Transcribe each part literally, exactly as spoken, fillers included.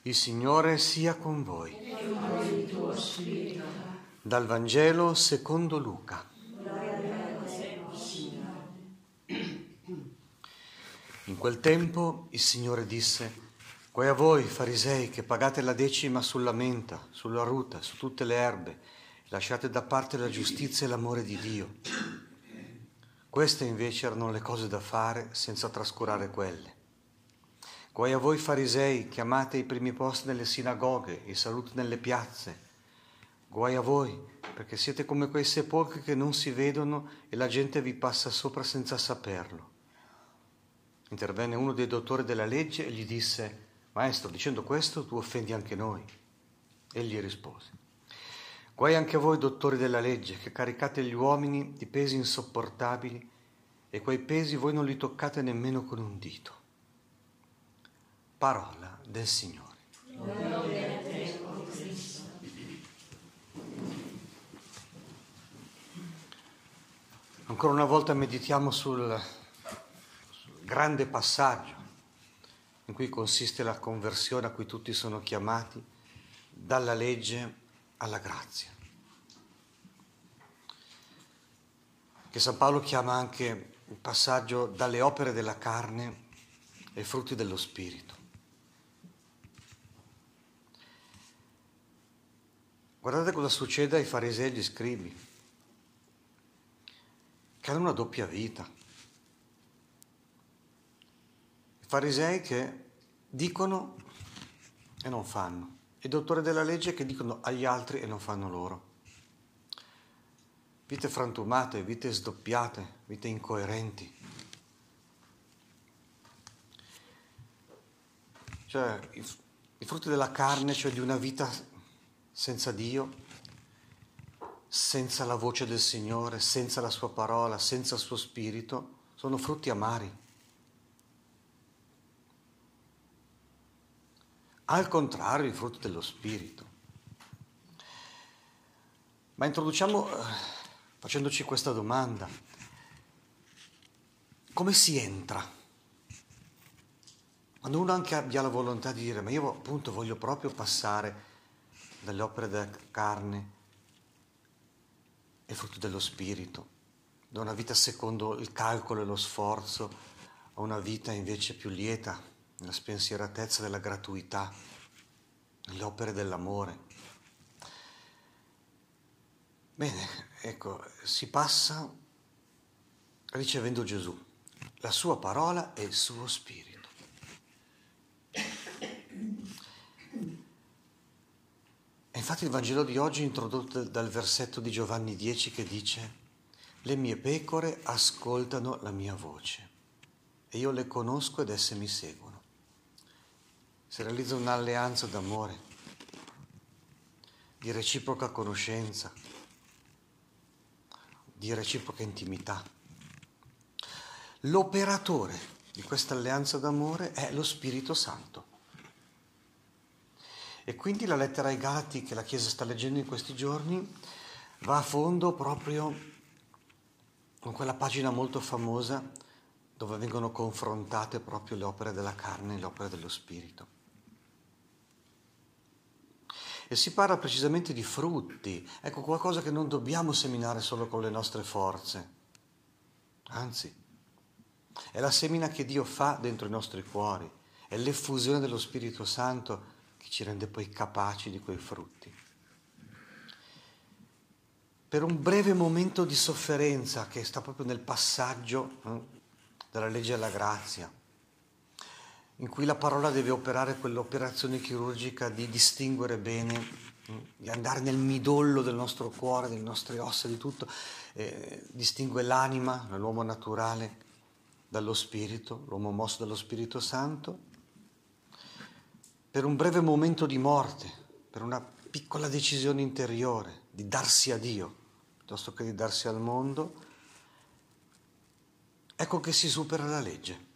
Il Signore sia con voi. E con il tuo spirito. Dal Vangelo secondo Luca. In quel tempo il Signore disse: Guai a voi, farisei, che pagate la decima sulla menta, sulla ruta, su tutte le erbe, lasciate da parte la giustizia e l'amore di Dio. Queste invece erano le cose da fare senza trascurare quelle. Guai a voi, farisei, che amate i primi posti nelle sinagoghe e i saluti nelle piazze. Guai a voi, perché siete come quei sepolcri che non si vedono e la gente vi passa sopra senza saperlo. Intervenne uno dei dottori della legge e gli disse: Maestro, dicendo questo tu offendi anche noi. Egli rispose: Guai anche a voi, dottori della legge, che caricate gli uomini di pesi insopportabili e quei pesi voi non li toccate nemmeno con un dito. Parola del Signore. Gloria a te, o Cristo. Ancora una volta meditiamo sul, sul grande passaggio in cui consiste la conversione a cui tutti sono chiamati, dalla legge alla grazia, che San Paolo chiama anche il passaggio dalle opere della carne ai frutti dello Spirito. Guardate cosa succede ai farisei e agli scribi, che hanno una doppia vita. I farisei che dicono e non fanno, i dottori della legge che dicono agli altri e non fanno loro. Vite frantumate, vite sdoppiate, vite incoerenti. Cioè, i, i frutti della carne, cioè di una vita senza Dio, senza la voce del Signore, senza la sua parola, senza il suo spirito, sono frutti amari. Al contrario, i frutti dello spirito. Ma introduciamo eh, facendoci questa domanda: come si entra? Quando uno anche abbia la volontà di dire: ma io appunto voglio proprio passare dalle opere della carne e frutto dello spirito, da una vita secondo il calcolo e lo sforzo a una vita invece più lieta, nella spensieratezza della gratuità, nelle opere dell'amore. Bene, ecco, si passa ricevendo Gesù, la sua parola e il suo spirito. E infatti il Vangelo di oggi è introdotto dal versetto di Giovanni dieci che dice: le mie pecore ascoltano la mia voce e io le conosco ed esse mi seguono. Si realizza un'alleanza d'amore, di reciproca conoscenza, di reciproca intimità. L'operatore di questa alleanza d'amore è lo Spirito Santo. E quindi la lettera ai Galati che la Chiesa sta leggendo in questi giorni va a fondo proprio con quella pagina molto famosa dove vengono confrontate proprio le opere della carne e le opere dello Spirito. E si parla precisamente di frutti, ecco, qualcosa che non dobbiamo seminare solo con le nostre forze, anzi, è la semina che Dio fa dentro i nostri cuori, è l'effusione dello Spirito Santo che ci rende poi capaci di quei frutti. Per un breve momento di sofferenza che sta proprio nel passaggio eh, dalla legge alla grazia, in cui la parola deve operare quell'operazione chirurgica di distinguere bene, eh, di andare nel midollo del nostro cuore, delle nostre ossa, di tutto, eh, distingue l'anima, l'uomo naturale, dallo spirito, l'uomo mosso dallo Spirito Santo. Per un breve momento di morte, per una piccola decisione interiore di darsi a Dio piuttosto che di darsi al mondo, ecco che si supera la legge.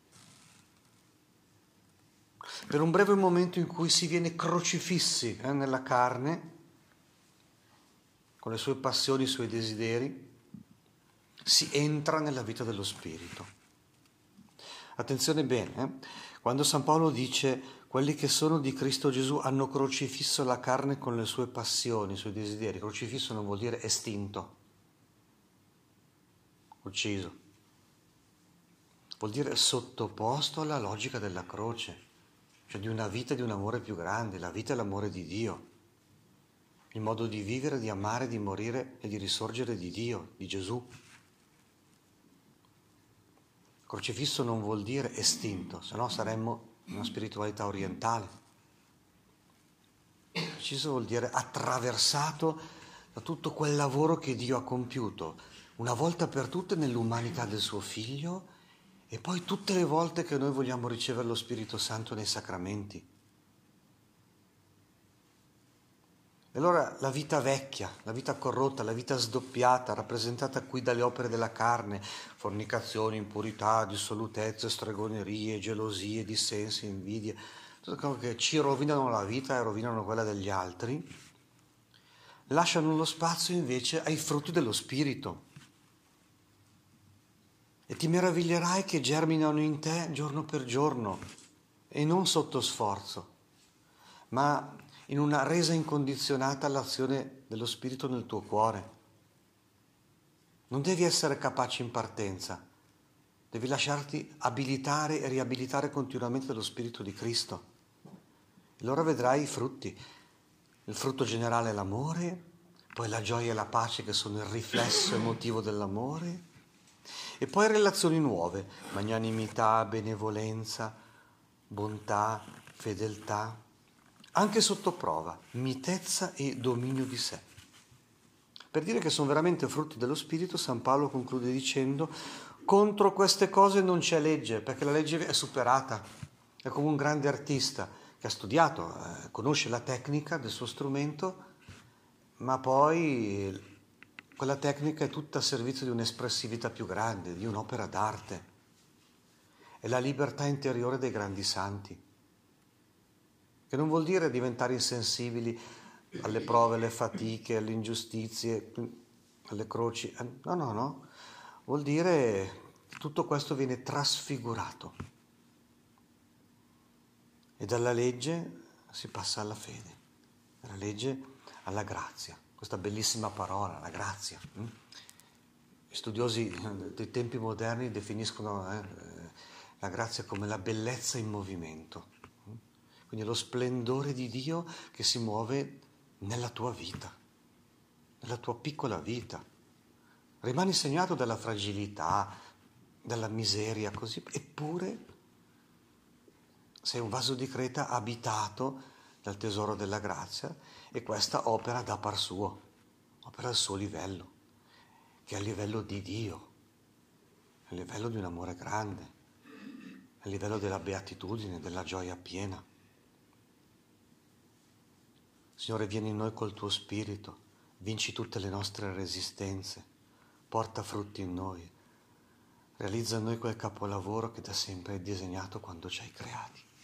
Per un breve momento in cui si viene crocifissi eh, nella carne, con le sue passioni, i suoi desideri, si entra nella vita dello Spirito. Attenzione bene, eh? Quando San Paolo dice Quelli che sono di Cristo Gesù hanno crocifisso la carne con le sue passioni, i suoi desideri. Crocifisso non vuol dire estinto, ucciso. Vuol dire sottoposto alla logica della croce, cioè di una vita e di un amore più grande. La vita è l'amore di Dio, il modo di vivere, di amare, di morire e di risorgere di Dio, di Gesù. Crocifisso non vuol dire estinto, se no saremmo in una spiritualità orientale. Crocifisso vuol dire attraversato da tutto quel lavoro che Dio ha compiuto, una volta per tutte nell'umanità del suo Figlio, e poi tutte le volte che noi vogliamo ricevere lo Spirito Santo nei sacramenti. E allora la vita vecchia, la vita corrotta, la vita sdoppiata, rappresentata qui dalle opere della carne, fornicazione, impurità, dissolutezze, stregonerie, gelosie, dissensi, invidie, tutte cose che ci rovinano la vita e rovinano quella degli altri, lasciano lo spazio invece ai frutti dello Spirito. E ti meraviglierai che germinano in te giorno per giorno, e non sotto sforzo, ma in una resa incondizionata all'azione dello Spirito nel tuo cuore. Non devi essere capace in partenza, devi lasciarti abilitare e riabilitare continuamente dallo Spirito di Cristo. E allora vedrai i frutti. Il frutto generale è l'amore, poi la gioia e la pace che sono il riflesso emotivo dell'amore, e poi relazioni nuove, magnanimità, benevolenza, bontà, fedeltà, anche sotto prova, mitezza e dominio di sé. Per dire che sono veramente frutti dello Spirito, San Paolo conclude dicendo: contro queste cose non c'è legge, perché la legge è superata. È come un grande artista che ha studiato, eh, conosce la tecnica del suo strumento, ma poi quella tecnica è tutta a servizio di un'espressività più grande, di un'opera d'arte. È la libertà interiore dei grandi santi, che non vuol dire diventare insensibili alle prove, alle fatiche, alle ingiustizie, alle croci. No, no, no. Vuol dire che tutto questo viene trasfigurato. E dalla legge si passa alla fede, dalla legge alla grazia. Questa bellissima parola, la grazia. Gli studiosi dei tempi moderni definiscono eh, la grazia come la bellezza in movimento. Quindi lo splendore di Dio che si muove nella tua vita, nella tua piccola vita. Rimani segnato dalla fragilità, dalla miseria, così, eppure sei un vaso di Creta abitato dal tesoro della grazia, e questa opera da par suo, opera al suo livello, che è a livello di Dio, a livello di un amore grande, a livello della beatitudine, della gioia piena. Signore, vieni in noi col tuo Spirito, vinci tutte le nostre resistenze, porta frutti in noi, realizza in noi quel capolavoro che da sempre hai disegnato quando ci hai creati.